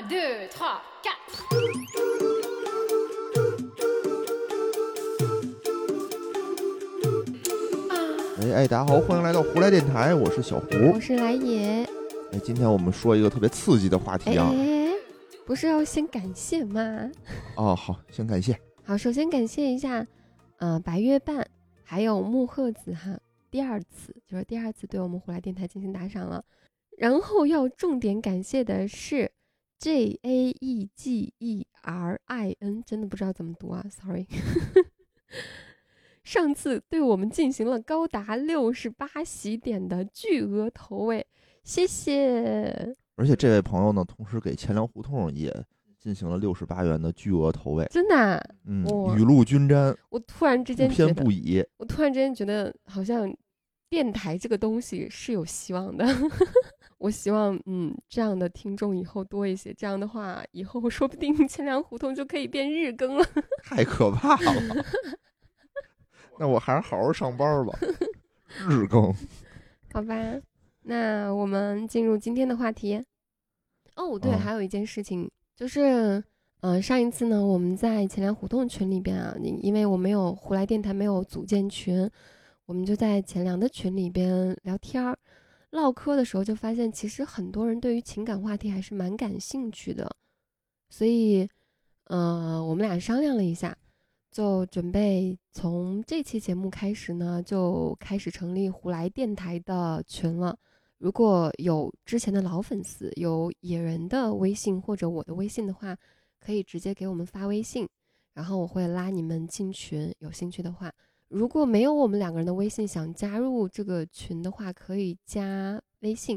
1, 2, 3, 4。 大家好，欢迎来到胡来电台，我是小胡， 我是来也。 今天我们说一个特别刺激的话题啊。 不是要先感谢吗？ 哦，好，先感谢。 好，首先感谢一下，白月半还有木鹤子哈，第二次对我们胡来电台进行打赏了。然后要重点感谢的是 JAEGERIN， 真的不知道怎么读啊 ，sorry。上次对我们进行了高达68喜点的巨额投喂，谢谢。 而且这位朋友呢，同时给钱粮胡同也进行了68元的巨额投喂， 真的、啊， 雨露均沾。 我突然之间不偏不倚， 我突然之间觉得好像电台这个东西是有希望的。我希望这样的听众以后多一些，这样的话以后说不定钱粮胡同就可以变日更了。 太可怕了。那我还是好好上班吧。日更好吧，那我们进入今天的话题。哦，对，还有一件事情就是上一次呢我们在钱粮胡同群里边啊，因为我没有胡来电台没有组建群，我们就在钱粮的群里边聊天唠嗑的时候，就发现其实很多人对于情感话题还是蛮感兴趣的，所以我们俩商量了一下，就准备从这期节目开始呢，就开始成立胡来电台的群了。如果有之前的老粉丝，有野人的微信或者我的微信的话，可以直接给我们发微信，然后我会拉你们进群，有兴趣的话。如果没有我们两个人的微信，想加入这个群的话，可以加微信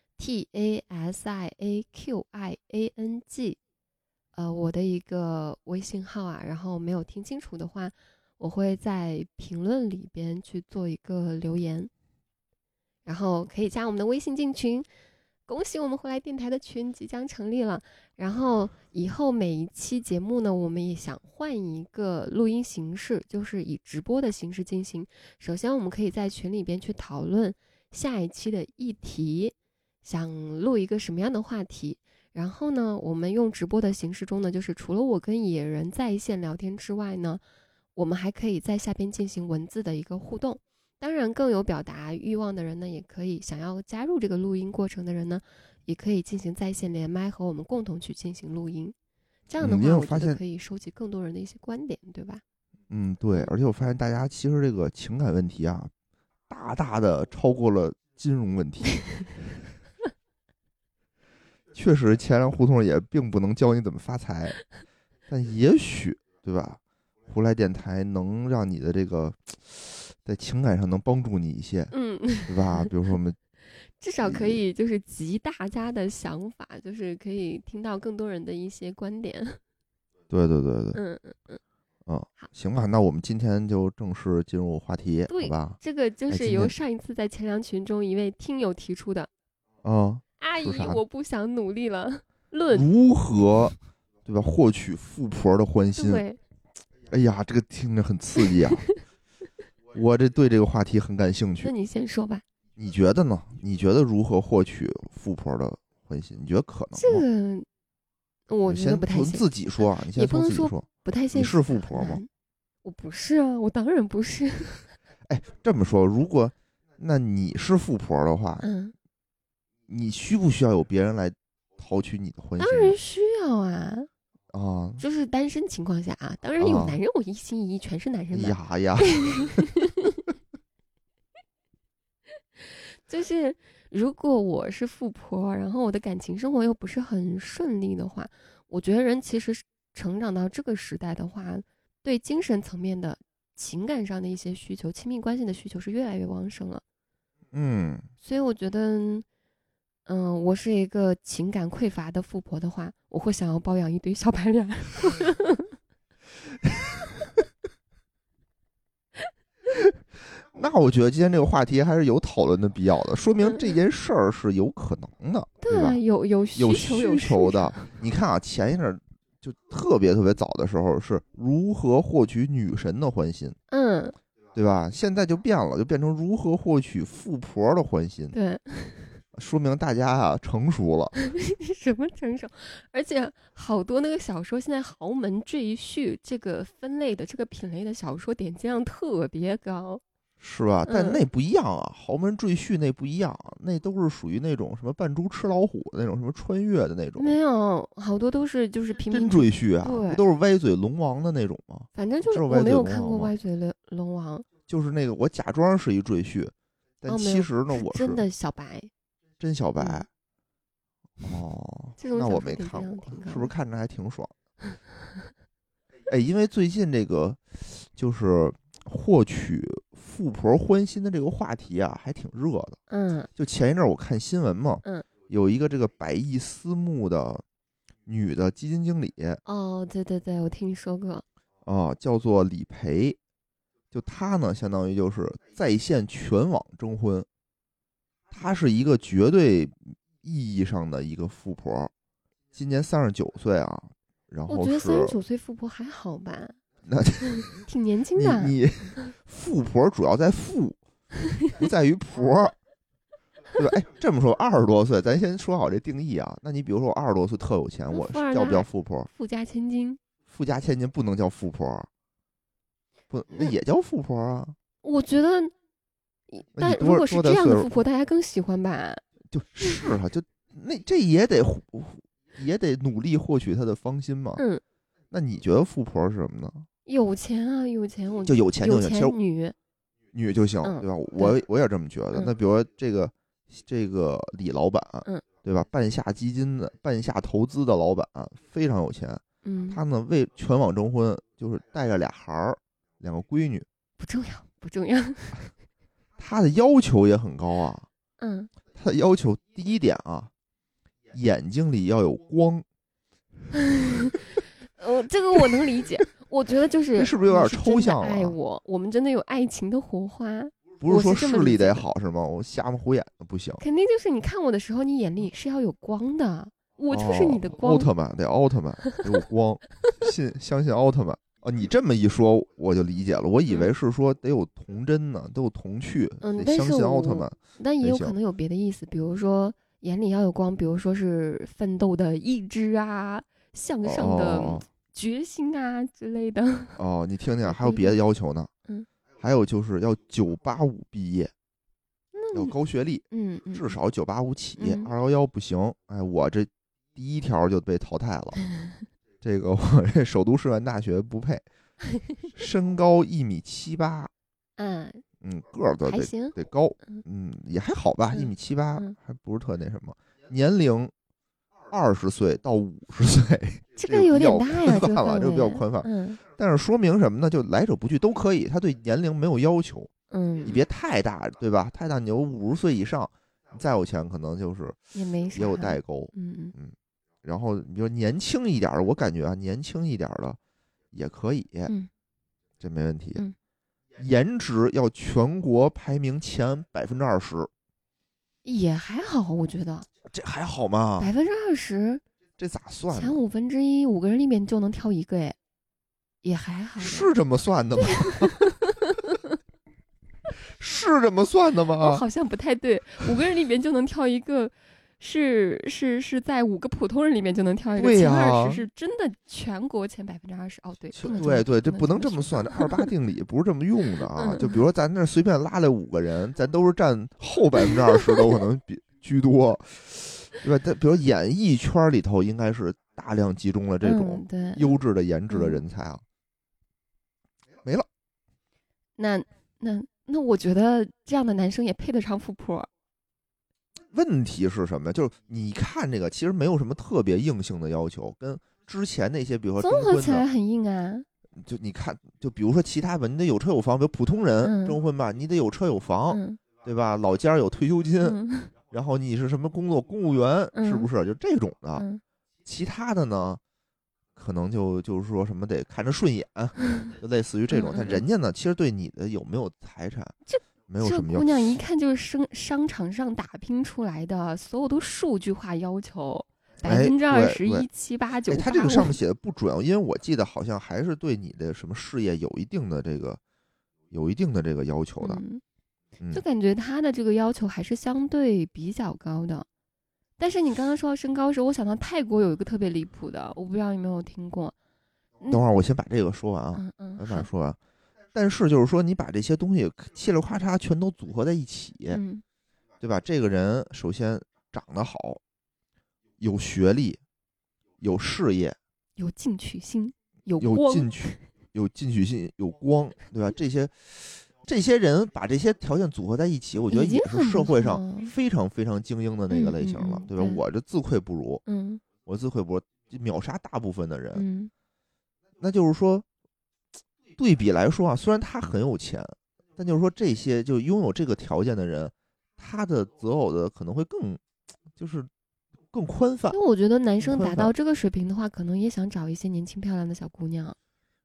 TASIAQIANG， 我的一个微信号啊，然后没有听清楚的话，我会在评论里边去做一个留言，然后可以加我们的微信进群。恭喜我们胡来电台的群即将成立了，然后以后每一期节目呢，我们也想换一个录音形式，就是以直播的形式进行。首先我们可以在群里边去讨论下一期的议题，想录一个什么样的话题，然后呢我们用直播的形式中呢，就是除了我跟野人在线聊天之外呢，我们还可以在下边进行文字的一个互动。当然更有表达欲望的人呢，也可以想要加入这个录音过程的人呢，也可以进行在线连麦和我们共同去进行录音。这样的话我觉得可以收集更多人的一些观点，对吧？ 对，而且我发现大家其实这个情感问题啊，大大的超过了金融问题。确实钱粮胡同也并不能教你怎么发财，但也许对吧，胡来电台能让你的这个在情感上能帮助你一些，对吧？比如说我们至少可以就是集大家的想法，就是可以听到更多人的一些观点。 对， 好， 行吧，那我们今天就正式进入话题，好吧？ 这个就是由上一次在钱粮群中一位听友提出的。阿姨，我不想努力了。论如何，对吧？获取富婆的欢心。 对， 哎呀，这个听着很刺激啊！我对这个话题很感兴趣。 那你先说吧。 你觉得呢？你觉得如何获取富婆的欢心？你觉得可能吗？ 这个我觉得不太现实。 自己说啊，你先从自己说。 不太现实。 你是富婆吗？ 我不是啊，我当然不是。 哎，这么说，那你是富婆的话，你需不需要有别人来讨取你的欢心？ 当然需要啊。就是单身情况下啊，当然有男人，我一心一意全是男人的。 呀。 就是如果我是富婆，然后我的感情生活又不是很顺利的话，我觉得人其实成长到这个时代的话，对精神层面的情感上的一些需求，亲密关系的需求是越来越旺盛了。所以我觉得我是一个情感匮乏的富婆的话，我会想要包养一堆小白脸。 那我觉得今天这个话题还是有讨论的必要的，说明这件事儿是有可能的，对吧？ 有需求的。你看啊，前一阵就特别早的时候是如何获取女神的欢心，对吧？现在就变了，就变成如何获取富婆的欢心。 对， 说明大家啊成熟了。 什么成熟？而且好多那个小说现在豪门赘婿这个分类的这个品类的小说点击量特别高。 是吧？但嗯那不一样啊，豪门赘婿那不一样，那都是属于那种什么扮猪吃老虎的那种，什么穿越的那种。 没有，好多都是就是平真民赘婿啊， 对不都是歪嘴龙王的那种吗？ 反正就是知道歪嘴我没有龙王吗看过歪嘴龙王， 就是那个我假装是一赘婿，但哦没有其实呢我是真的小白。 真小白。哦，那我这种小说点击没看过， 量挺高是不是看着还挺爽？哎，因为最近这个就是获取富婆欢心的这个话题啊，还挺热的。 嗯就前一阵儿我看新闻嘛， 嗯， 有一个这个百亿私募的女的基金经理哦，对对对，我听说过。 啊，叫做李培。就她呢，相当于就是在线全网征婚，她是一个绝对意义上的一个富婆，今年39岁啊，然后我觉得是 39岁富婆还好吧， 那挺年轻的。 你富婆主要在富，不在于婆，对吧？哎，这么说20多岁，咱先说好这定义啊。那你比如说我20多岁特有钱，我富二代叫不叫富婆？ 富家千金， 富家千金不能叫富婆，不，那也叫富婆啊。 我觉得， 那你但如果是这样的多大岁数富婆，大家更喜欢吧？ 就是啊，就那这也得努力获取她的芳心嘛。 嗯， 那你觉得富婆是什么呢？ 有钱啊，有钱，我就有钱就有行，其实钱女， 女就行， 嗯对吧？我也这么觉得。 嗯那比如说这个李老板， 嗯对吧？半夏基金的半夏投资的老板非常有钱， 嗯， 他呢为全网征婚，就是带着俩孩儿，2个闺女。 不重要，不重要。 他的要求也很高啊， 嗯， 他的要求第一点啊，眼睛里要有光。 这个我能理解。我觉得就是这是不是有点你真的抽象了爱我们真的有爱情的火花， 不是说我是这么视力得理解的好是吗？我瞎么虎眼的不行。 肯定就是你看我的时候，你眼里是要有光的，我就是你的光。 奥特曼得奥特曼得有光，相信奥特曼。哦，你这么一说我就理解了，我以为是说得有童真呢，得有童趣，得相但是信奥特曼。 但也有可行能有别的意思，比如说眼里要有光，比如说是奋斗的意志啊，向上的决心啊之类的。 哦，你听听，还有别的要求呢。 嗯， 还有就是要985毕业，要高学历，至少985起，211不行。哎，我这第一条就被淘汰了。这个我这首都师范大学不配，身高1.78米，个儿还行得高，也还好吧，1.78米，还不是特那什么。年龄20岁到50岁， 这个有点大呀， 这个比较宽泛。但是说明什么呢？就来者不拒都可以，他对年龄没有要求。你别太大，对吧？太大你有50岁以上，你再有钱可能就是也有代沟。然后你说年轻一点的，我感觉啊，年轻一点的也可以，这没问题。颜值要全国排名前20%， 也还好，我觉得这还好吗 ？20%， 这咋算？ 前1/5，5个人里面就能挑一个，哎，也还好。 是这么算的吗？是这么算的吗？ 好像不太对，5个人里面就能挑一个。是在5个普通人里面就能挑一个，前20是真的全国前20%。哦，对， 对，这不能这么算，这28定理不是这么用的啊。就比如说咱这随便拉来5个人，咱都是占后20%都可能居多，对吧？比如演艺圈里头应该是大量集中了这种优质的颜值的人才啊。没了。 那我觉得这样的男生也配得上富婆。 问题是什么？就是你看这个，其实没有什么特别硬性的要求，跟之前那些，比如说综合起来很硬啊。 就你看，就比如说其他吧，你得有车有房，比如普通人征婚吧，你得有车有房，对吧？老家有退休金，然后你是什么工作，公务员，是不是？就这种的。其他的呢，可能就是说什么得看着顺眼，就类似于这种。但人家呢，其实对你的有没有财产，没有什么要求。 这姑娘一看就是商场上打拼出来的，所有都数据化要求，20%，1789。 他这个上面写的不准，因为我记得好像还是对你的什么事业有一定的这个要求的。 就感觉他的这个要求还是相对比较高的。但是你刚刚说到身高时，我想到泰国有一个特别离谱的，我不知道你有没有听过。 等会儿我先把这个说完啊，把它说完。但是就是说，你把这些东西嘁哩咔嚓全都组合在一起，对吧？这个人首先长得好，有学历，有事业， 有进取心，有进取心，有光，对吧？这些人把这些条件组合在一起，我觉得也是社会上非常非常精英的那个类型了，对吧？我这自愧不如，我自愧不如，秒杀大部分的人。那就是说，对比来说啊，虽然他很有钱，但就是说这些就拥有这个条件的人，他的择偶的可能会更宽泛。 因为我觉得男生达到这个水平的话，可能也想找一些年轻漂亮的小姑娘。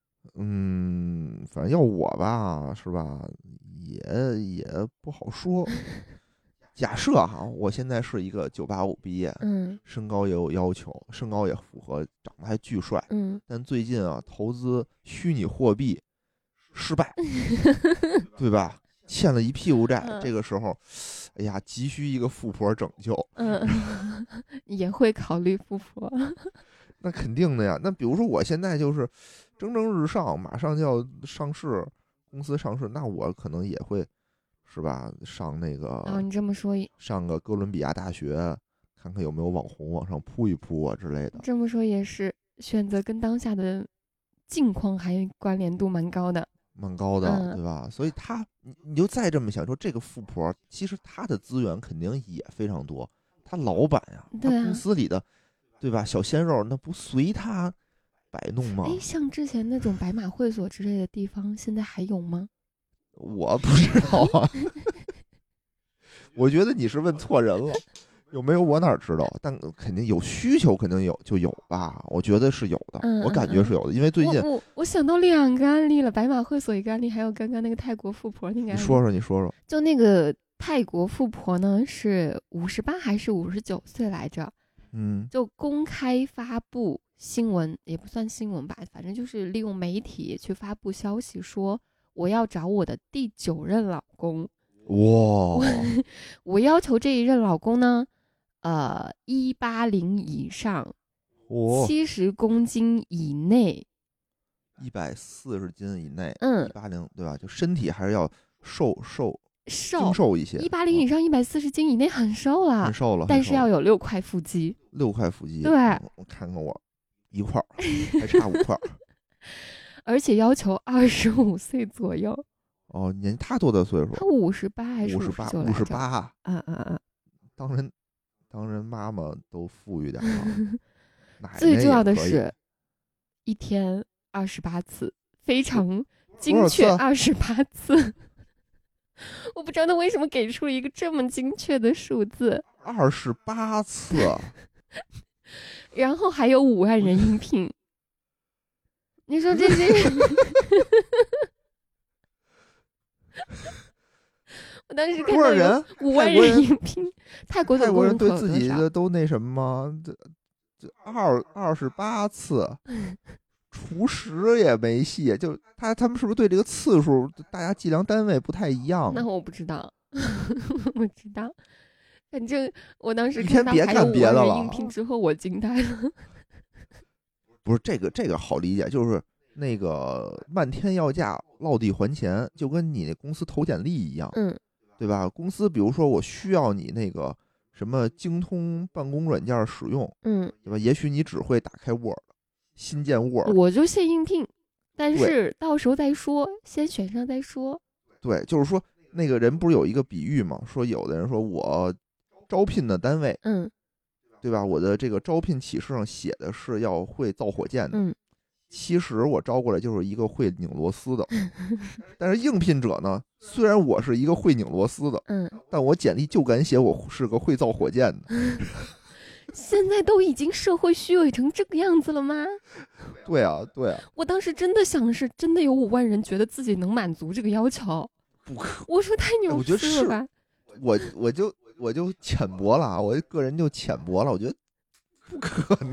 反正要我吧，是吧？也不好说。假设哈，我现在是一个985毕业，身高也有要求，身高也符合，长得还巨帅，但最近啊，投资虚拟货币失败，对吧？欠了一屁股债，这个时候，哎呀，急需一个富婆拯救。 也会考虑富婆。 那肯定的呀。那比如说我现在就是蒸蒸日上，马上就要上市，公司上市，那我可能也会，是吧？上那个， 你这么说， 上个哥伦比亚大学，看看有没有网红往上扑一扑啊之类的。 这么说也是，选择跟当下的境况还关联度蛮高的。 对吧？所以你就再这么想说，这个富婆其实她的资源肯定也非常多，她老板呀，她公司里的，对吧？小鲜肉那不随她摆弄吗？ 像之前那种白马会所之类的地方，现在还有吗？ 我不知道啊。我觉得你是问错人了。有没有我哪知道？但肯定有需求，肯定就有吧。我觉得是有的，我感觉是有的，因为最近我想到2个案例了，白马会所一个案例，还有刚刚那个泰国富婆那个案例。 你说说。 就那个泰国富婆呢，是58还是59岁来着？就公开发布新闻，也不算新闻吧，反正就是利用媒体去发布消息，说我要找我的第9任老公。 哇！ 我要求这一任老公呢，180以上，70公斤以内 ，140斤以内，180对吧？就身体还是要精瘦一些。 180以上140斤以内很瘦了， 很瘦了， 但是要有6块腹肌。 6块腹肌， 对， 我看看我1块，还差5块。 而且要求25岁左右。 哦，他多大岁数？ 他58还是 58？当人妈妈都富裕点啊。 最重要的是，一天28次，非常精确28次。我不知道他为什么给出了一个这么精确的数字 ，28次。 然后还有5万人应聘。你说这些人。我当时看到有5万人应聘，泰国人对自己的都那什么，这28次，除10也没戏。就他们是不是对这个次数，大家计量单位不太一样？ 那我不知道，不知道。反正我当时看到还有别的了应聘之后，我惊呆了。 不是这个好理解，就是那个漫天要价，落地还钱，就跟你公司投简历一样，对吧？公司比如说我需要你那个什么精通办公软件使用，对吧？也许你只会打开 Word， 新建 Word， 我就先应聘，但是到时候再说，先选上再说。 对，就是说那个人不是有一个比喻吗？说有的人说我招聘的单位，对吧？我的这个招聘启事上写的是要会造火箭的，其实我招过来就是一个会拧螺丝的。但是应聘者呢，虽然我是一个会拧螺丝的，但我简历就敢写我是个会造火箭的。 现在都已经社会虚伪成这个样子了吗？ 对啊。 我当时真的想是真的有5万人觉得自己能满足这个要求， 不可。 我说太牛逼了吧！ 我就浅薄了，我个人就浅薄了，我觉得不可能。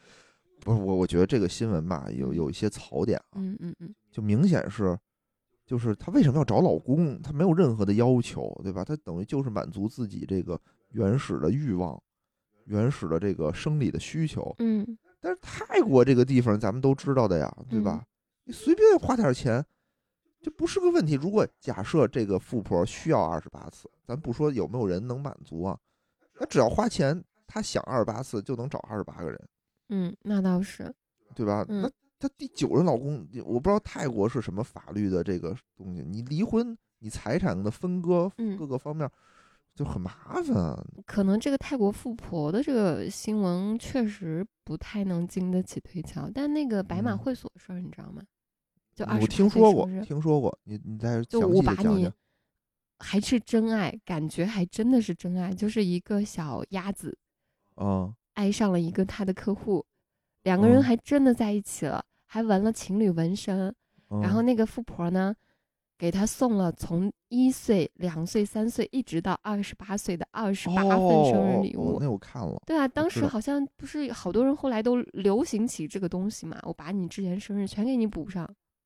不是我觉得这个新闻吧，有一些槽点啊，就明显是， 就是她为什么要找老公？她没有任何的要求，对吧？她等于就是满足自己这个原始的欲望、原始的这个生理的需求。但是泰国这个地方咱们都知道的呀，对吧？你随便花点钱，这不是个问题。如果假设这个富婆需要28次，咱不说有没有人能满足啊，那只要花钱，她想28次就能找28个人。 那倒是， 对吧？那她第9任老公，我不知道泰国是什么法律的这个东西，你离婚，你财产的分割，各个方面就很麻烦。 可能这个泰国富婆的这个新闻确实不太能经得起推敲，但那个白马会所的事儿你知道吗？就我听说过，你再就详细的讲讲。 还是真爱，感觉还真的是真爱，就是一个小鸭子，爱上了一个他的客户，两个人还真的在一起了，还纹了情侣纹身，然后那个富婆呢，给他送了从1岁、2岁、3岁一直到28岁的28份生日礼物。 那我看了。 对啊，当时好像不是好多人后来都流行起这个东西嘛，我把你之前生日全给你补上。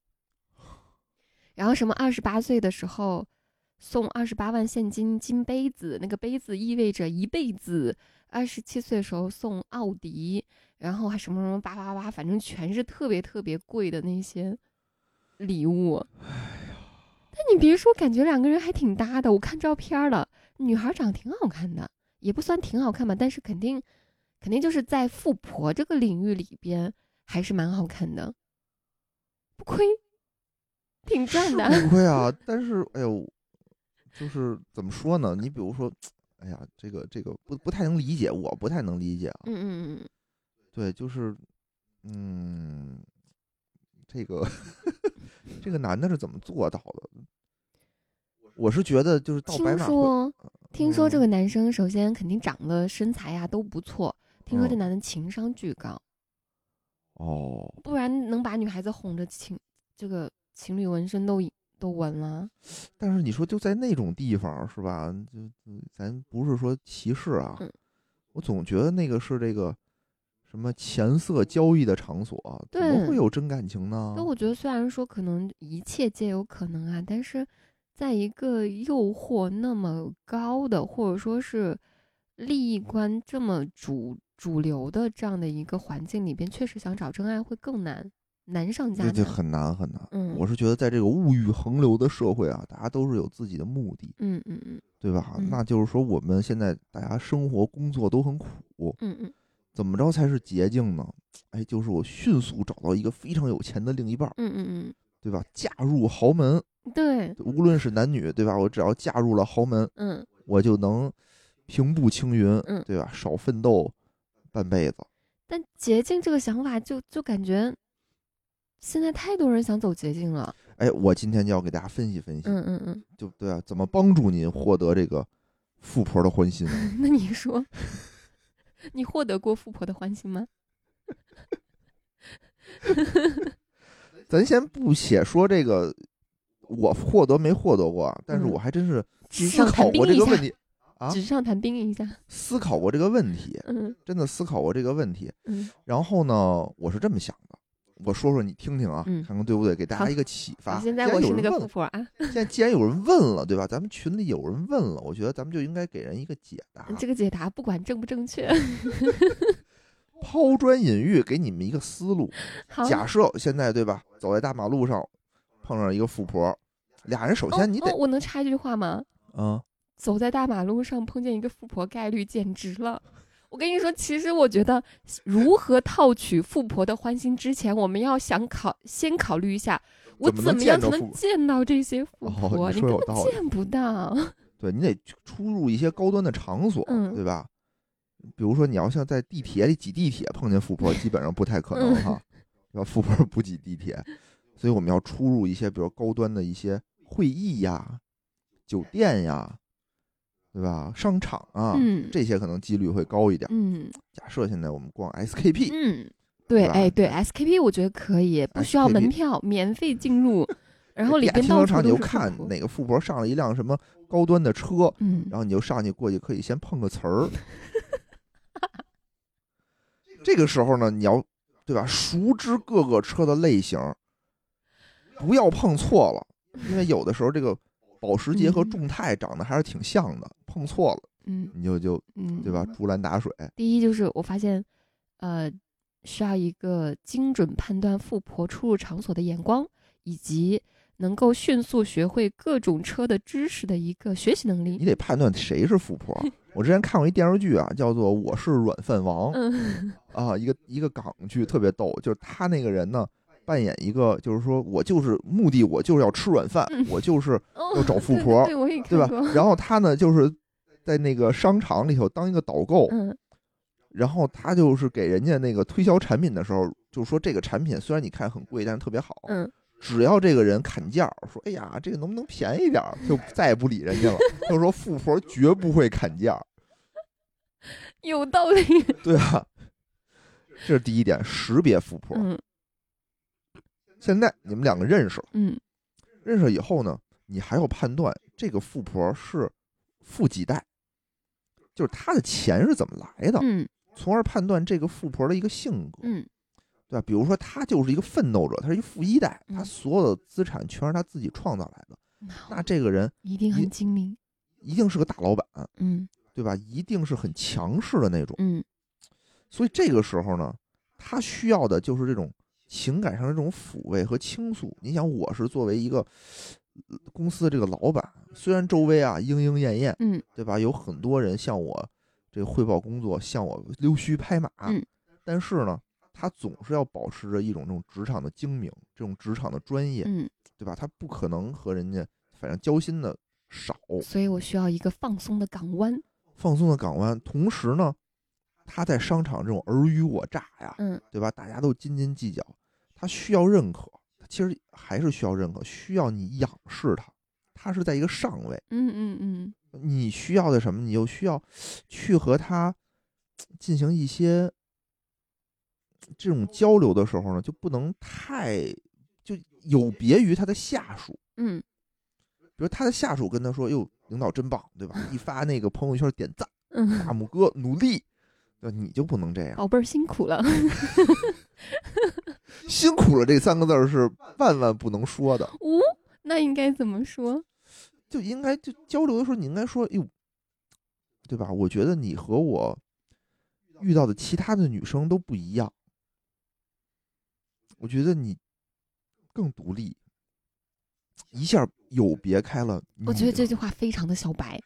然后什么28岁的时候送28万现金金杯子，那个杯子意味着一辈子。27岁的时候送奥迪，然后还什么什么888，反正全是特别特别贵的那些礼物。但你别说，感觉两个人还挺搭的。我看照片了，女孩长得挺好看的，也不算挺好看吧，但是肯定就是在富婆这个领域里边还是蛮好看的，不亏。挺赚的， 不亏啊！但是，哎呦，就是怎么说呢？你比如说，哎呀，这个不太能理解，我不太能理解啊。对，就是，这个这个男的是怎么做到的？我是觉得就是到白马会， 听说这个男生首先肯定长得身材呀都不错，听说这男的情商巨高。不然能把女孩子哄着情侣纹身都纹了。 但是你说就在那种地方是吧？就咱不是说歧视啊，我总觉得那个是这个什么钱色交易的场所，怎么会有真感情呢？ 那我觉得虽然说可能一切皆有可能啊，但是在一个诱惑那么高的，或者说是利益观这么主流的这样的一个环境里边，确实想找真爱会更难上加难。 这很难很难。我是觉得在这个物欲横流的社会啊，大家都是有自己的目的，对吧？那就是说我们现在大家生活工作都很苦，怎么着才是捷径呢？哎，就是我迅速找到一个非常有钱的另一半，对吧？嫁入豪门， 对， 无论是男女，对吧？我只要嫁入了豪门，我就能平步青云，对吧？少奋斗半辈子。 但捷径这个想法就感觉现在太多人想走捷径了。 哎，我今天就要给大家分析分析，就对啊，怎么帮助您获得这个富婆的欢心？ 那你说，你获得过富婆的欢心吗？ 咱先不且说这个我获得没获得过，但是我还真是思考过这个问题啊， 纸上谈兵一下， 思考过这个问题，真的思考过这个问题。然后呢，我是这么想的，我说说你听听啊，看看对不对，给大家一个启发。 现在我是那个富婆啊。 现在既然有人问了，对吧？咱们群里有人问了，我觉得咱们就应该给人一个解答。 这个解答不管正不正确， 抛砖引玉，给你们一个思路。假设现在对吧，走在大马路上碰上一个富婆，俩人首先你得， 我能插一句话吗？走在大马路上碰见一个富婆，概率简直了。我跟你说，其实我觉得如何套取富婆的欢心之前，我们要先考虑一下，我怎么样才能见到这些富婆？你根本见不到。 对，你得出入一些高端的场所，对吧？比如说你要像在地铁里挤地铁碰见富婆，基本上不太可能哈，对吧？富婆不挤地铁，所以我们要出入一些比如高端的一些会议呀、酒店呀，对吧？商场啊，这些可能几率会高一点。假设现在我们逛 SKP， 对，哎，对 SKP 我觉得可以，不需要门票，免费进入，然后里边到处都是富婆。 你就看哪个富婆上了一辆什么高端的车，然后你就上去过去可以先碰个瓷儿。这个时候呢，你要对吧，熟知各个车的类型，不要碰错了， 因为有的时候这个保时捷和嗯众泰长得还是挺像的，碰错了嗯你就嗯， 对吧？竹篮打水。 第一就是我发现，需要一个精准判断富婆出入场所的眼光，以及能够迅速学会各种车的知识的一个学习能力。 你得判断谁是富婆。我之前看过一电视剧啊，叫做《我是软饭王》啊，一个港剧，特别逗。就是他那个人呢，扮演一个，就是说我就是目的，我就是要吃软饭，我就是要找富婆， 对，我也对吧看过。？ 然后他呢，就是在那个商场里头当一个导购，然后他就是给人家那个推销产品的时候，就是说这个产品虽然你看很贵，但是特别好。只要这个人砍价，说哎呀，这个能不能便宜点，就再也不理人家了。他就说富婆绝不会砍价， 有道理。 对啊，这是第一点，识别富婆。现在你们两个认识了，认识以后呢，你还要判断这个富婆是富几代，就是她的钱是怎么来的，从而判断这个富婆的一个性格，对吧？比如说她就是一个奋斗者，她是一个富一代，她所有的资产全是她自己创造来的，那这个人一定很精明， 一定是个大老板，对吧？一定是很强势的那种，所以这个时候呢，他需要的就是这种情感上的这种抚慰和倾诉。你想，我是作为一个公司的这个老板，虽然周围啊莺莺燕燕，对吧？有很多人向我这个汇报工作，向我溜须拍马，但是呢，他总是要保持着一种这种职场的精明，这种职场的专业，对吧？他不可能和人家反正交心的少， 所以我需要一个放松的港湾。 放松的港湾，同时呢，他在商场这种尔虞我诈呀，对吧？大家都斤斤计较，他需要认可，他其实还是需要认可，需要你仰视他，他是在一个上位，你需要的什么？你又需要去和他进行一些这种交流的时候呢，就不能太就有别于他的下属，比如他的下属跟他说：“哟，领导真棒，对吧？”一发那个朋友圈点赞，大拇哥努力，你就不能这样。 宝贝儿辛苦了， 辛苦了这3个字是万万不能说的。 那应该怎么说？ 就应该就交流的时候，你应该说：“哟，对吧？我觉得你和我遇到的其他的女生都不一样，我觉得你更独立。”一下有别开了。 我觉得这句话非常的小白。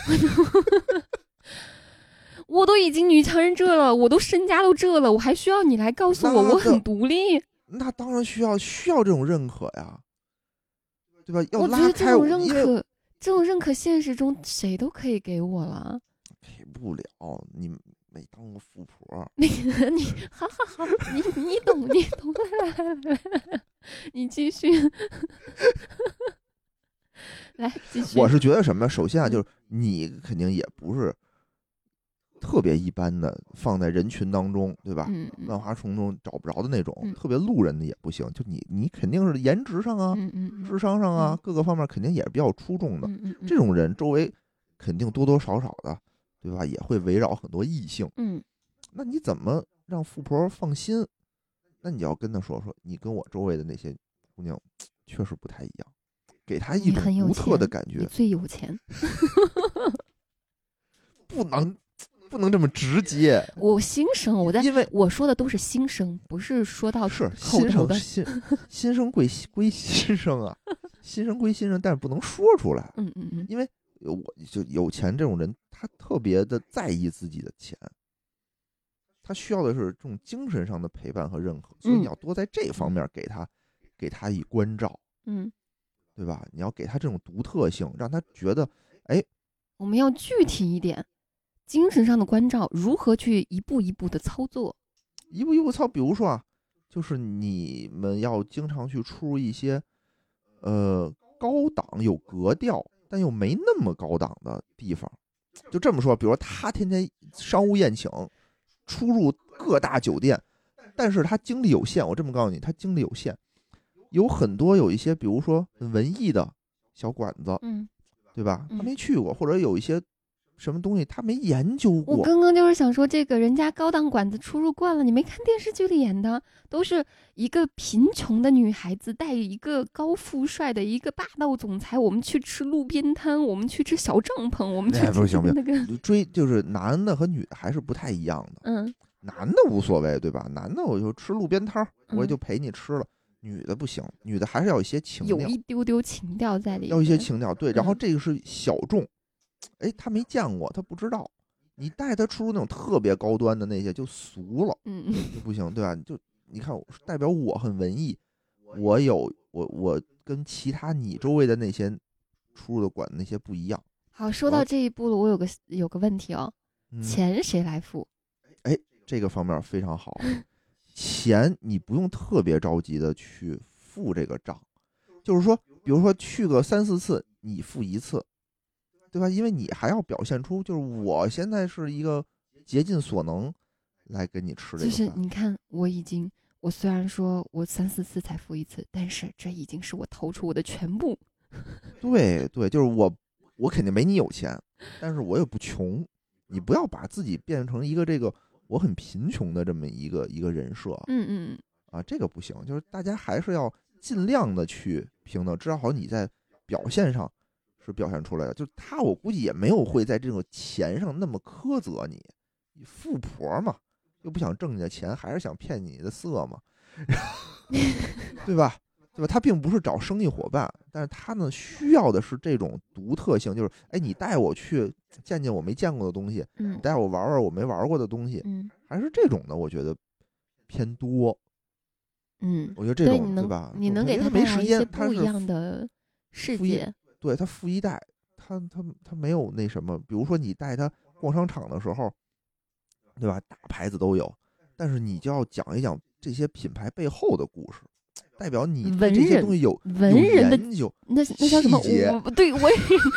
我都已经女强人这了，我都身家都这了，我还需要你来告诉我我很独立？ 那当然需要这种认可呀，对吧？要我觉得这拉开种认可现实中谁都可以给我了。 给不了，你没当过富婆。 你好，你懂，来，你继续。来继续。 我是觉得什么？首先啊，就是你肯定也不是特别一般的，放在人群当中，对吧？万花丛中找不着的那种，特别路人的也不行。就你肯定是颜值上啊，智商上啊，各个方面肯定也是比较出众的。这种人周围肯定多多少少的，对吧？也会围绕很多异性。那你怎么让富婆放心？那你要跟她说，你跟我周围的那些姑娘确实不太一样，给她一种独特的感觉。 你最有钱。 不能这么直接。 我心声，因为我说的都是心声，不是说到是口头的。 心声归心声啊，心声归心声，但是不能说出来。因为我就有钱这种人，他特别的在意自己的钱，他需要的是这种精神上的陪伴和认可，所以你要多在这方面给他以关照，对吧？你要给他这种独特性，让他觉得，哎， 我们要具体一点。精神上的关照如何去一步一步的操作？ 一步一步操，比如说啊，就是你们要经常去出入一些高档有格调但又没那么高档的地方。就这么说，比如说他天天商务宴请，出入各大酒店，但是他精力有限。我这么告诉你，他精力有限，有一些比如说很文艺的小馆子，对吧？他没去过，或者有一些什么东西，他没研究我过。 刚刚就是想说，这个人家高档馆子出入惯了，你没看电视剧里演的，都是一个贫穷的女孩子带一个高富帅的一个霸道总裁，我们去吃路边摊，我们去吃小帐篷，我们去不行那个就是男的和女的还是不太一样的。 嗯， 男的无所谓，对吧？男的我就吃路边摊，我也就陪你吃了。女的不行，女的还是要有一些情调， 有一丢丢情调在里面， 要一些情调。对，然后嗯这个是小众，他没见过，他不知道。你带他出入那种特别高端的那些就俗了，就不行，对吧？就你看，代表我很文艺，我跟其他你周围的那些出入的馆那些不一样。 好，说到这一步了，我有个问题哦，钱谁来付？ 这个方面非常好。钱你不用特别着急的去付这个账，就是说，比如说去个3、4次，你付1次，对吧？因为你还要表现出，就是我现在是一个竭尽所能来跟你吃这个饭。 就是你看，我虽然说我3、4次才付1次，但是这已经是我投出我的全部。 对，就是我肯定没你有钱，但是我也不穷。你不要把自己变成一个这个我很贫穷的这么一个人设。这个不行，就是大家还是要尽量的去平等，至少好你在表现上是表现出来的。就我估计也没有会在这种钱上那么苛责你，富婆嘛，又不想挣你的钱，还是想骗你的色嘛，对吧？他并不是找生意伙伴，但是他呢需要的是这种独特性，就是你带我去见见我没见过的东西，你带我玩玩我没玩过的东西，还是这种的，我觉得偏多。我觉得这种 对吧？ 你能给他没时间， 不一样的世界。 对，他富一代，他没有那什么，比如说你带他逛商场的时候，对吧？大牌子都有，但是你就要讲一讲这些品牌背后的故事。代表你对这些东西有文人的研究， 那叫什么？对，我也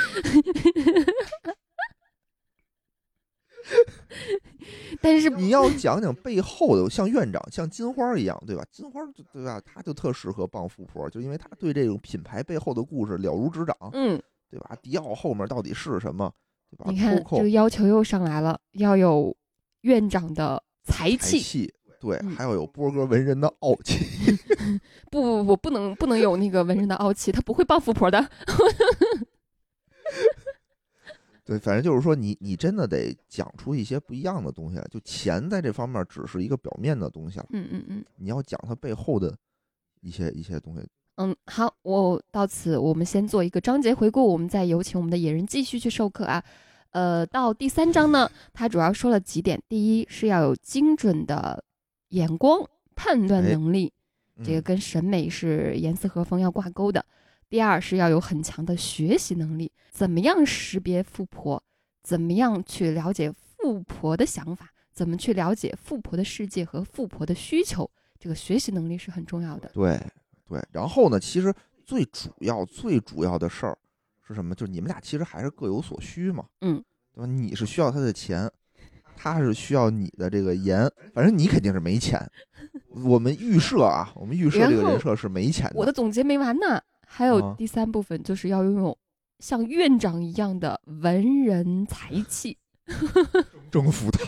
但是你要讲讲背后的，像院长，像金花一样，对吧？金花对吧？他就特适合傍富婆，就因为他对这种品牌背后的故事了如指掌，对吧？迪奥后面到底是什么，对吧？ 你看，这个要求又上来了，要有院长的才气。 对，还要有波哥文人的傲气。 不能有那个文人的傲气，他不会傍富婆的。 对，反正就是说你真的得讲出一些不一样的东西来。就钱在这方面只是一个表面的东西了。你要讲它背后的一些东西。 好，我到此我们先做一个章节回顾，我们再有请我们的野人继续去授课啊。到第3章呢，他主要说了几点：第一是要有精准的眼光判断能力，这个跟审美是严丝合缝要挂钩的。第二是要有很强的学习能力，怎么样识别富婆，怎么样去了解富婆的想法，怎么去了解富婆的世界和富婆的需求，这个学习能力是很重要的。 对，然后呢，其实最主要的事儿是什么？就是你们俩其实还是各有所需嘛，对吧？你是需要他的钱，他是需要你的这个颜，反正你肯定是没钱。我们预设这个人设是没钱的。 我的总结没完呢，还有第3部分，就是要拥有像院长一样的文人才气， 征服他。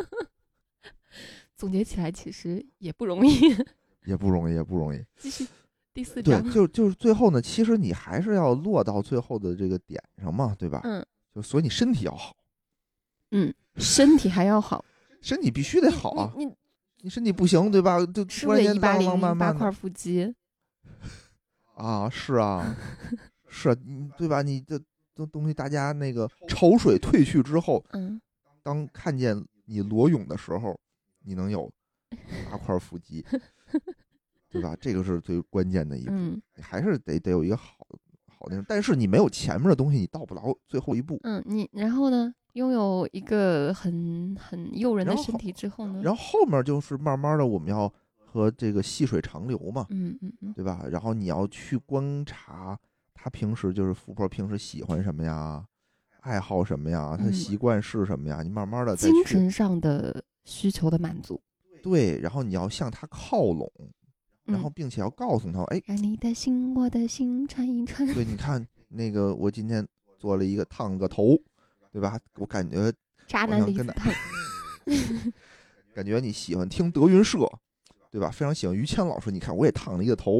总结起来其实也不容易， 也不容易。 继续第4章。 对，就是最后呢，其实你还是要落到最后的这个点上嘛，对吧？就所以你身体要好。 身体还要好， 身体必须得好啊！你身体不行，对吧？就吃了18008块腹肌啊！是啊，对吧？你这东西，大家那个潮水退去之后，当看见你裸泳的时候，你能有8块腹肌，对吧？这个是最关键的一步。你还是得有一个好那种，但是你没有前面的东西，你到不了最后一步。 你然后呢？拥有一个很诱人的身体之后呢， 然后后面就是慢慢的我们要和这个细水长流嘛，对吧？然后你要去观察他平时就是富婆平时喜欢什么呀，爱好什么呀，他习惯是什么呀，你慢慢的精神上的需求的满足。 对，然后你要向他靠拢，然后并且要告诉他， 让你的心我的心串一串。 对，你看那个我今天做了一个烫个头。 对吧？我感觉渣好像跟男离子烫。 感觉你喜欢听德云社，对吧？非常喜欢于谦老师，你看我也烫了一个头。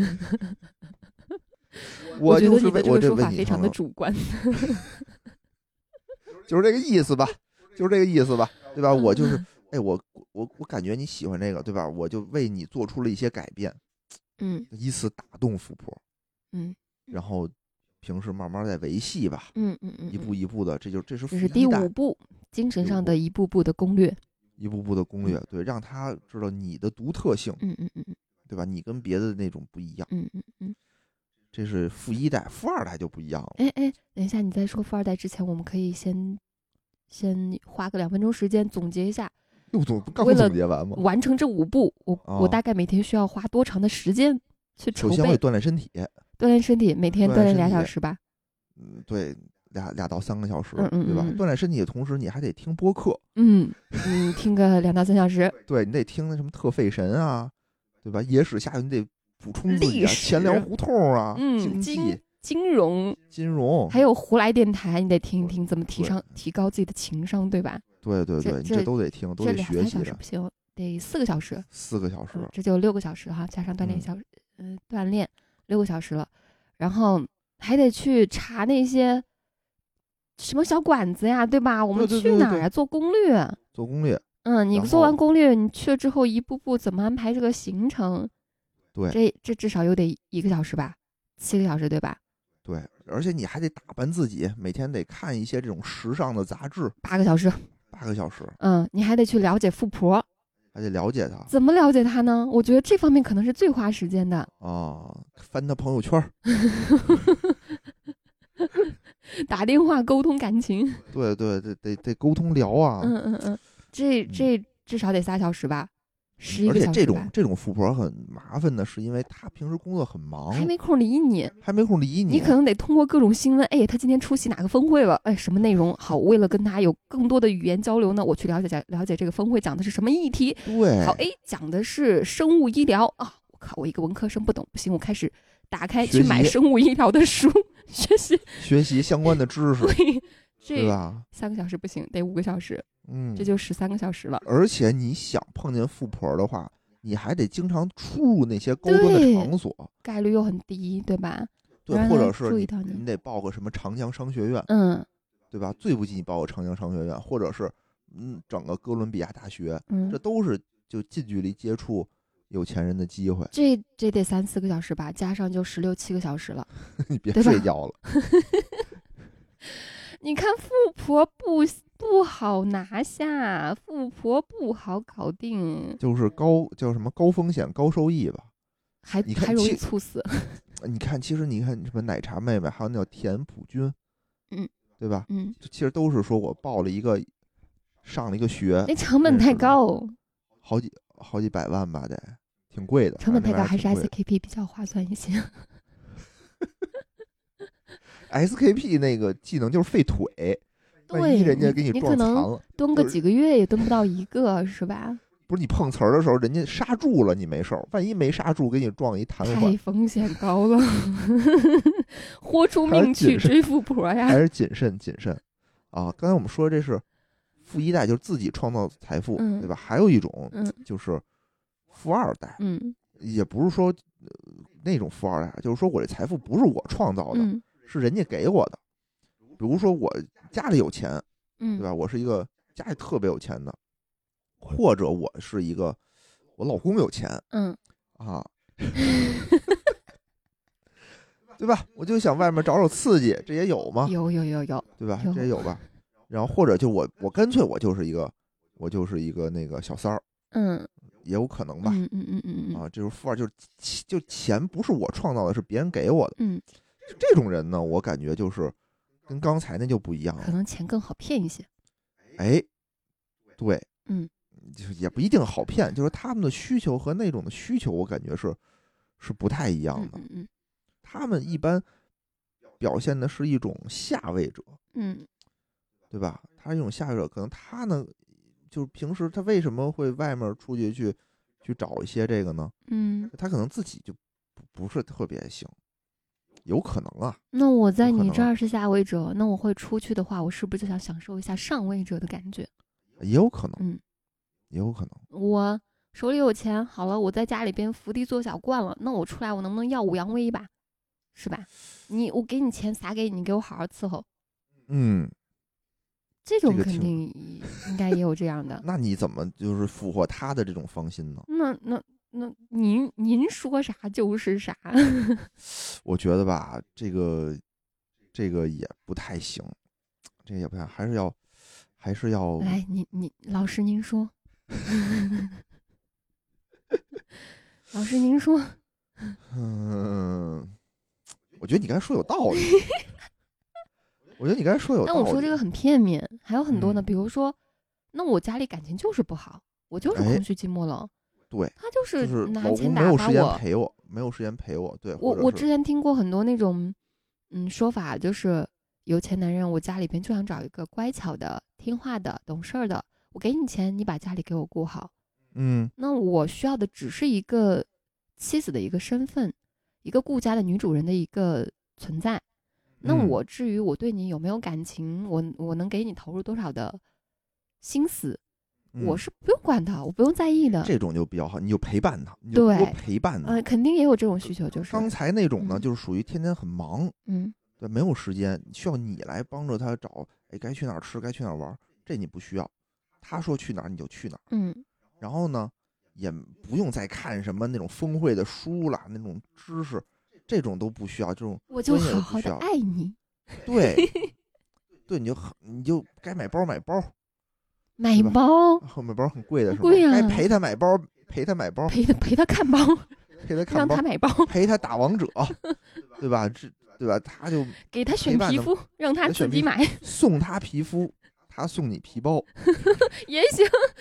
我觉得就是我这你的这个说为你烫了， 法非常的主观。 就是这个意思吧，就是这个意思吧，对吧？我就是，哎，我感觉你喜欢这个，对吧？我就为你做出了一些改变，以此打动富婆，然后平时慢慢再维系吧，一步一步的，这是这是第5步，精神上的一步步的攻略， 一步步的攻略，对，让他知道你的独特性，对吧？你跟别的那种不一样，这是富1代，富2代就不一样了。 哎，等一下，你在说富2代之前，我们可以先花个2分钟时间总结一下。 刚总结完吗？ 完成这5步，我大概每天需要花多长的时间去筹备？ 首先会锻炼身体， 每天锻炼2小时吧。 对，2到3个小时，对吧？锻炼身体的同时，你还得听播客， 听个2到3小时。 对，你得听那什么特费神啊，对吧？野史下去你得补充自己啊，钱粮胡同啊，经济、 金融，还有胡来电台，你得听一听，怎么提高自己的情商，对吧？ 对，你这都得听，都得学习的。 这2、3小时不行，得4个小时。 4个小时， 这就6个小时哈，加上锻炼6个小时了，然后还得去查那些什么小馆子呀，对吧？我们去哪儿啊？做攻略。你做完攻略，你去了之后一步步怎么安排这个行程？ 对， 这至少又得1个小时吧，7个小时对吧？ 对，而且你还得打扮自己，每天得看一些这种时尚的杂志。 8个小时。你还得去了解富婆， 还得了解她。 怎么了解她呢？我觉得这方面可能是最花时间的。 翻她朋友圈。 打电话沟通感情。 对，得沟通聊啊。 这至少得3小时吧，11个小时吧。 而且这种富婆很麻烦的是，因为她平时工作很忙， 还没空理你。你可能得通过各种新闻，她今天出席哪个峰会了？什么内容？好，为了跟她有更多的语言交流呢，我去了解这个峰会讲的是什么议题。 对， 好，讲的是生物医疗啊！我靠，我一个文科生不懂，不行，我开始打开去买生物医疗的书，学习相关的知识。对吧 ？3个小时不行，得5个小时。这就13个小时了。 而且你想碰见富婆的话，你还得经常出入那些高端的场所， 概率又很低，对吧？ 对，或者是你得报个什么长江商学院，对吧？最不济你报个长江商学院，或者是整个哥伦比亚大学，这都是就近距离接触有钱人的机会。 这得3、4个小时吧，加上就16、17个小时了。 你别睡觉了。 你看富婆不好拿下，富婆不好搞定， 就是叫什么高风险高收益吧， 还容易猝死。 其实你看什么奶茶妹妹，还有那叫田朴珺，对吧？其实都是说我上了一个学， 那成本太高， 好几百万吧，得挺贵的。 成本太高，还是 SKP 比较划算一些。 SKP 那个技能就是废腿，万一人家给你撞残了， 蹲个几个月也蹲不到一个，是吧？ 不是你碰瓷儿的时候，人家刹住了，你没事儿，万一没刹住，给你撞一瘫痪， 太风险高了。豁出命去追富婆呀！ 还是谨慎啊！刚才我们说这是富1代，就是自己创造财富，对吧？还有一种就是富2代，也不是说那种富2代，就是说我这财富不是我创造的，是人家给我的。比如说我家里有钱，对吧？我是一个家里特别有钱的，或者我是一个我老公有钱，对吧？我就想外面找刺激，这也有吗？ 有， 对吧？这也有吧。然后或者就我干脆我就是一个那个小三儿，也有可能吧。这就是富2，就钱不是我创造的，是别人给我的。这种人呢，我感觉就是跟刚才那就不一样了， 可能钱更好骗一些。 对，就是也不一定好骗，就是他们的需求和那种的需求，我感觉是不太一样的。他们一般表现的是一种下位者，对吧？他这种下位者，可能他呢，就是平时他为什么会外面出去找一些这个呢？他可能自己就不是特别行， 有可能啊。 那我在你有可能这儿是下位者，那我会出去的话，我是不是就想享受一下上位者的感觉？ 也有可能， 嗯， 也有可能。 我手里有钱，好了，我在家里边伏低做小惯了，那我出来我能不能耀武扬威一把？是吧？我给你钱撒给你，你给我好好伺候。 嗯， 这种这个挺肯定应该也有这样的。 那你怎么就是俘获他的这种芳心呢？ 那您说啥就是啥。 我觉得吧，这个也不太行，这个也不太，还是要来，你老师您说，老师您说， 我觉得你刚才说有道理。我觉得你刚才说有道但理。 我说这个很片面，还有很多呢， 嗯比如说，那我家里感情就是不好，我就是空虚寂寞冷， 对， 他就就是拿老公钱打发没有时间我。 陪我，没有时间陪我。对， 我或者是我之前听过很多那种说法，就是有钱男人，我家里边就想找一个乖巧的、听话的、懂事儿的，我给你钱，你把家里给我顾好。那我需要的只是一个妻子的一个身份，一个顾家的女主人的一个存在。那我至于我对你有没有感情，我能给你投入多少的心思，我是不用管的，我不用在意的。 这种就比较好，你就陪伴他，你就多陪伴他。 肯定也有这种需求，就是刚才那种呢，就是属于天天很忙，对，没有时间，需要你来帮着他找，哎，该去哪儿吃，该去哪儿玩，这你不需要，他说去哪儿你就去哪儿。然后呢，也不用再看什么那种峰会的书啦，那种知识。这种都不需要，这种我就好好的爱你。 对，对，你就该买包买包， 买包， 买包很贵的是吧？ 贵啊！ 该陪他买包，陪他买包， 陪他看包， 陪他看包， 让他买包， 陪他打王者，对吧？对吧？他就给他选皮肤，让他自己买， 送他皮肤，他送你皮包， 也行。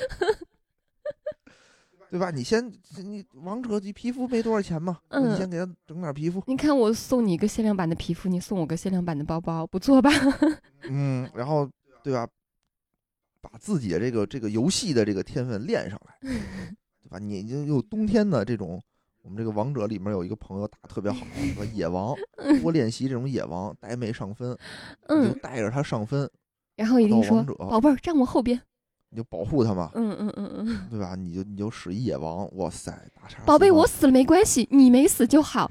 对吧？你王者级皮肤没多少钱嘛，你先给他整点皮肤。 你看我送你一个限量版的皮肤，你送我个限量版的包包，不错吧？ 然后对吧？把自己的这个游戏的这个天分练上来，对吧？你就有冬天的这种，我们这个王者里面有一个朋友打得特别好，对吧？野王多练习这种野王，呆妹上分，你就带着他上分， 然后一定说宝贝儿站我后边。 你就保护他嘛，对吧？你就使一野王，哇塞，打叉！ 宝贝，我死了没关系，你没死就好。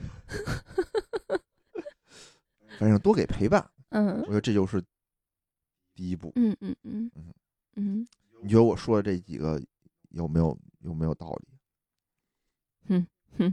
反正多给陪伴，我觉得这就是第一步。你觉得我说的这几个有没有道理？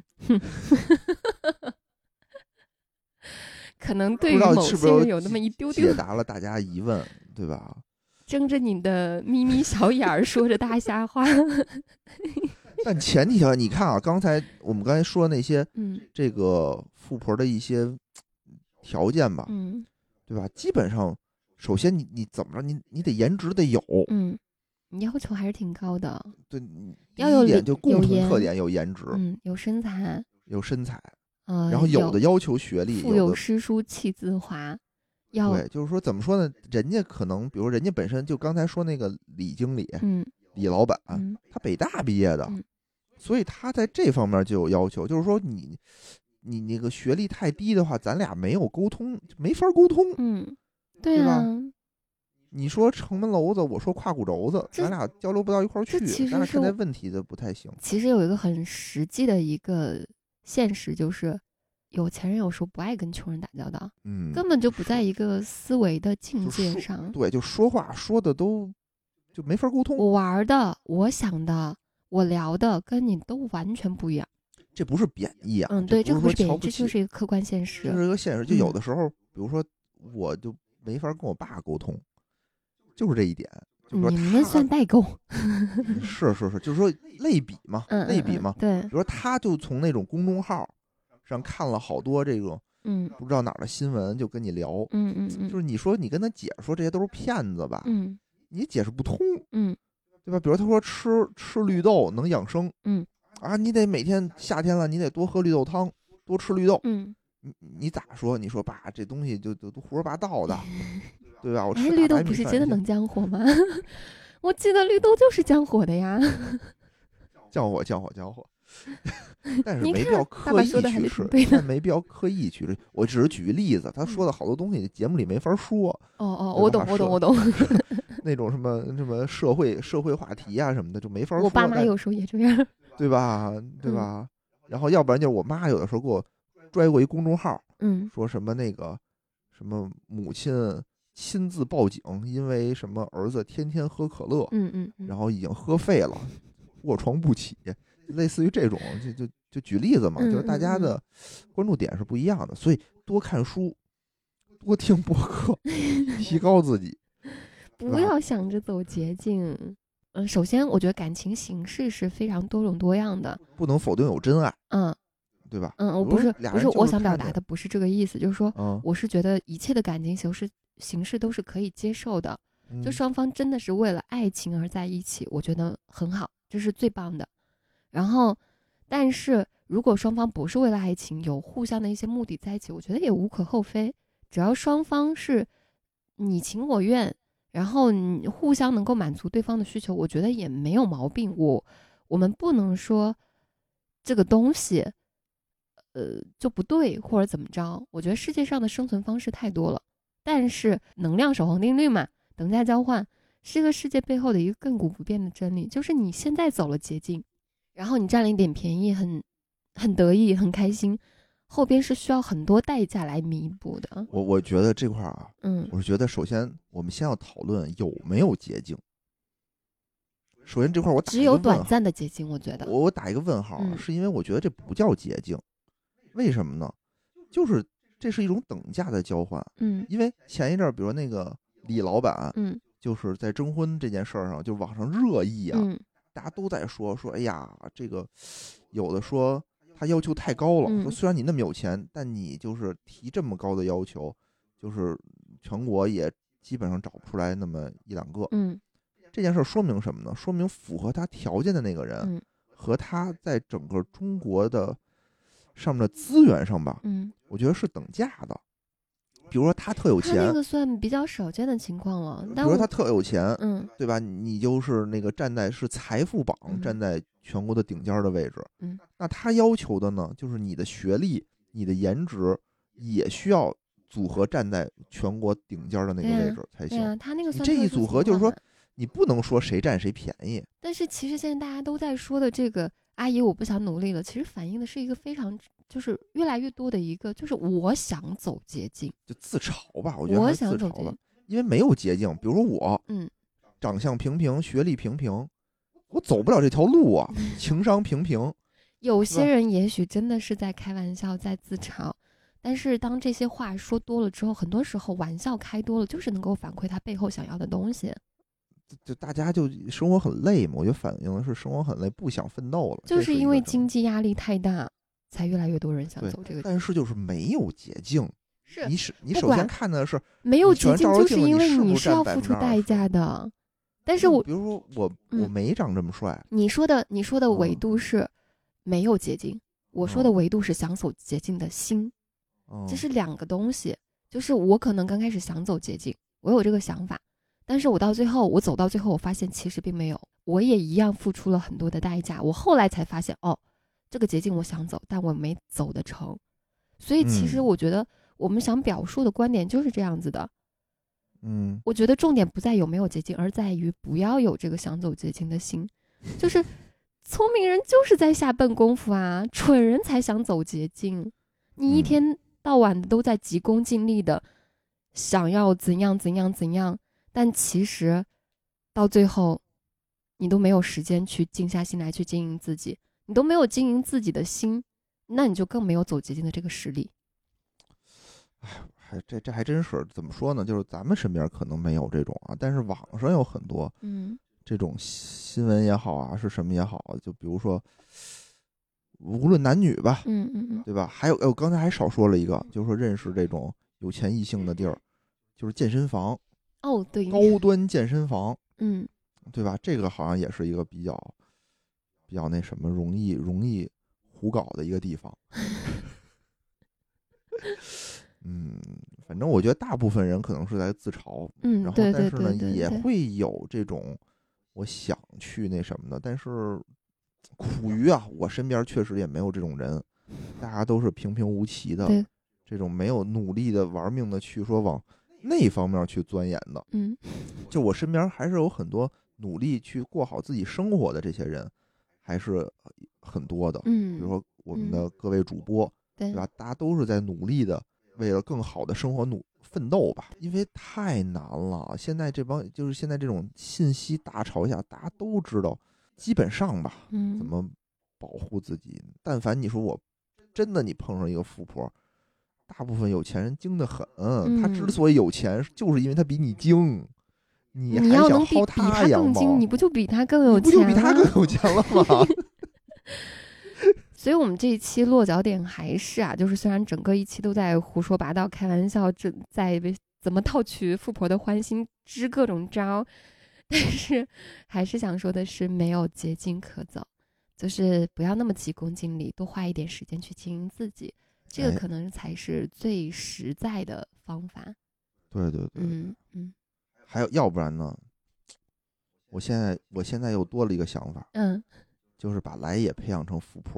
可能对于某些人有那么一丢丢。 解答了大家疑问，对吧？ 睁着你的眯眯小眼儿说着大瞎话。 但前提条件，你看啊，我们刚才说的那些，这个富婆的一些条件吧，对吧？基本上，首先你怎么着，你得颜值得有， 你要求还是挺高的。 对， 要有第一点就共同特点有颜值， 有身材， 然后有的要求学历， 腹有诗书气自华。 对，就是说怎么说呢？人家可能，比如人家本身就刚才说那个李经理，李老板，他北大毕业的，所以他在这方面就有要求，就是说你那个学历太低的话，咱俩没有沟通，没法沟通， 对吧？你说城门楼子，我说胯骨轴子，咱俩交流不到一块儿去，咱俩看待问题的不太行。 其实有一个很实际的一个现实，就是有钱人有时候不爱跟穷人打交道，根本就不在一个思维的境界上。 对，就说话说的都就没法沟通。 我玩的，我想的，我聊的，跟你都完全不一样。 这不是贬义啊， 对，这不是贬义，这就是一个客观现实。 这是一个现实，就有的时候，比如说，我就没法跟我爸沟通，就是这一点。就说你们算代沟。 是，就是说类比嘛，类比嘛。 对， 比如说，他就从那种公众号上看了好多这种，不知道哪儿的新闻，就跟你聊，就是你说你跟他解释说这些都是骗子吧，你解释不通，对吧？比如他说吃绿豆能养生，你得每天夏天了，你得多喝绿豆汤，多吃绿豆，你咋说？你说爸，这东西就都胡说八道的，对吧？ 绿豆不是真的能降火吗？我记得绿豆就是降火的呀。 降火。 但是你没必要看爸爸刻意说的还去吃是挺对，的但没必要刻意去吃。我只是举个例子，他说的好多东西节目里没法说。 哦， 对我懂吧我懂我懂。 那种什么社会话题啊什么的就没法说。 我爸妈有时候也这样。 对吧？对吧？然后要不然就是我妈有的时候给我拽过一公众号，说什么那个什么母亲亲自报警，因为什么儿子天天喝可乐，然后已经喝废了，卧床不起，类似于这种，就举例子嘛，就是大家的关注点是不一样的，所以多看书，多听播客，提高自己， 不要想着走捷径。首先我觉得感情形式是非常多种多样的， 不能否定有真爱，对吧？ 我不是我想表达的的不是这个意思，就是说，我是觉得一切的感情形式都是可以接受的，就双方真的是为了爱情而在一起，我觉得很好，这是最棒的。然后，但是如果双方不是为了爱情，有互相的一些目的在一起，我觉得也无可厚非，只要双方是你情我愿，然后你互相能够满足对方的需求，我觉得也没有毛病。我们不能说这个东西就不对或者怎么着，我觉得世界上的生存方式太多了，但是能量守恒定律嘛，等价交换是这个世界背后的一个亘古不变的真理，就是你现在走了捷径，然后你占了一点便宜，很得意很开心，后边是需要很多代价来弥补的。 我觉得这块啊，我是觉得首先我们先要讨论有没有捷径。首先这块我打一个只有短暂的捷径，我觉得我打一个问号，是因为我觉得这不叫捷径。为什么呢？就是这是一种等价的交换。因为前一阵比如那个李老板，就是在征婚这件事儿上，就网上热议啊，大家都在说，哎呀，这个有的说他要求太高了，说虽然你那么有钱，但你就是提这么高的要求，就是全国也基本上找不出来那么一两个。这件事说明什么呢？说明符合他条件的那个人，和他在整个中国的上面的资源上吧，我觉得是等价的。比如说他特有钱， 他那个算比较少见的情况了。 比如说他特有钱，对吧？你就是那个站在是财富榜，站在全国的顶尖的位置。那他要求的呢，就是你的学历、你的颜值也需要组合站在全国顶尖的那个位置才行。 他那个算你这一组合就是说，你不能说谁占谁便宜。 但是其实现在大家都在说的这个阿姨我不想努力了，其实反映的是一个非常就是越来越多的一个，就是我想走捷径， 就自嘲吧，我觉得我想走捷径， 因为没有捷径。比如说我，长相平平，学历平平，我走不了这条路啊，情商平平。 有些人也许真的是在开玩笑，在自嘲。但是当这些话说多了之后，很多时候玩笑开多了，就是能够反馈他背后想要的东西。 就大家就生活很累嘛，我觉得反映的是生活很累，不想奋斗了。 就是因为经济压力太大，才越来越多人想走这个。 但是就是没有捷径。 是你首先看的是没有捷径，就是因为你是要付出代价的。但是比如说我没长这么帅。 你说的维度是没有捷径，我说的维度是想走捷径的心。这是两个东西。就是我可能刚开始想走捷径，我有这个想法。但是我走到最后，我发现其实并没有，我也一样付出了很多的代价。我后来才发现，这个捷径我想走，但我没走得成。所以其实我觉得我们想表述的观点就是这样子的。我觉得重点不在有没有捷径，而在于不要有这个想走捷径的心。就是聪明人就是在下笨功夫啊，蠢人才想走捷径。你一天到晚的都在急功近利的想要怎样怎样怎样，但其实到最后你都没有时间去静下心来去经营自己，你都没有经营自己的心，那你就更没有走捷径的这个实力。 这还真是怎么说呢？就是咱们身边可能没有这种啊，但是网上有很多这种新闻也好啊，是什么也好，就比如说无论男女吧，对吧？还有我刚才还少说了一个，就是说认识这种有钱异性的地儿，就是健身房。 对， 高端健身房，对吧？这个好像也是一个比较那什么容易胡搞的一个地方。反正我觉得大部分人可能是在自嘲，然后但是呢也会有这种我想去那什么的，但是苦于啊，我身边确实也没有这种人，大家都是平平无奇的， 对， 这种没有努力的玩命的去说往那方面去钻研的。就我身边还是有很多努力去过好自己生活的这些人，还是很多的。比如说我们的各位主播，对吧？大家都是在努力的为了更好的生活奋斗吧，因为太难了。现在现在这种信息大潮下，大家都知道，基本上吧，怎么保护自己。但凡你说我真的你碰上一个富婆，大部分有钱人精得很，他之所以有钱，就是因为他比你精。你还想薅他羊毛？ 你不就比他更有钱？ 不就比他更有钱了吗？ 所以我们这一期落脚点还是啊，就是虽然整个一期都在胡说八道、开玩笑，在怎么套取富婆的欢心，支各种招，但是还是想说的是，没有捷径可走，就是不要那么急功近利，多花一点时间去经营自己，这个可能才是最实在的方法。 对对对，还有要不然呢？我现在又多了一个想法，就是把来也培养成富婆，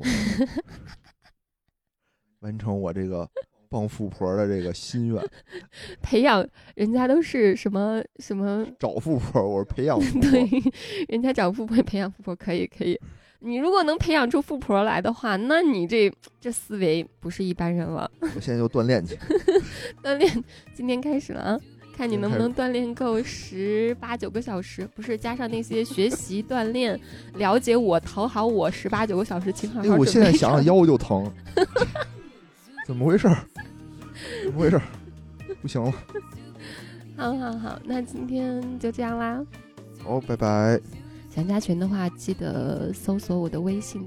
完成我这个傍富婆的这个心愿。 培养人家都是什么找富婆，我是培养富婆。 对，人家找富婆培养富婆可以。你如果能培养出富婆来的话，那你这思维不是一般人了。 我现在就锻炼去， 锻炼，今天开始了啊！看你能不能锻炼够18、9个小时，不是加上那些学习锻炼，了解我，讨好我18、9个小时，请好好准备。 我现在想想腰就疼，怎么回事？怎么回事？不行了。 好，那今天就这样啦。 好，拜拜。 想加群的话，记得搜索我的微信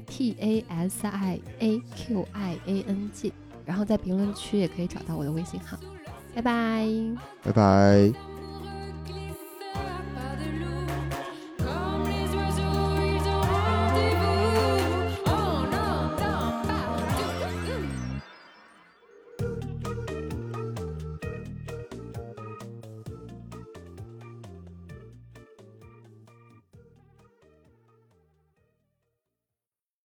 TASIAQIANG，然后在评论区也可以找到我的微信号。拜拜， 拜拜。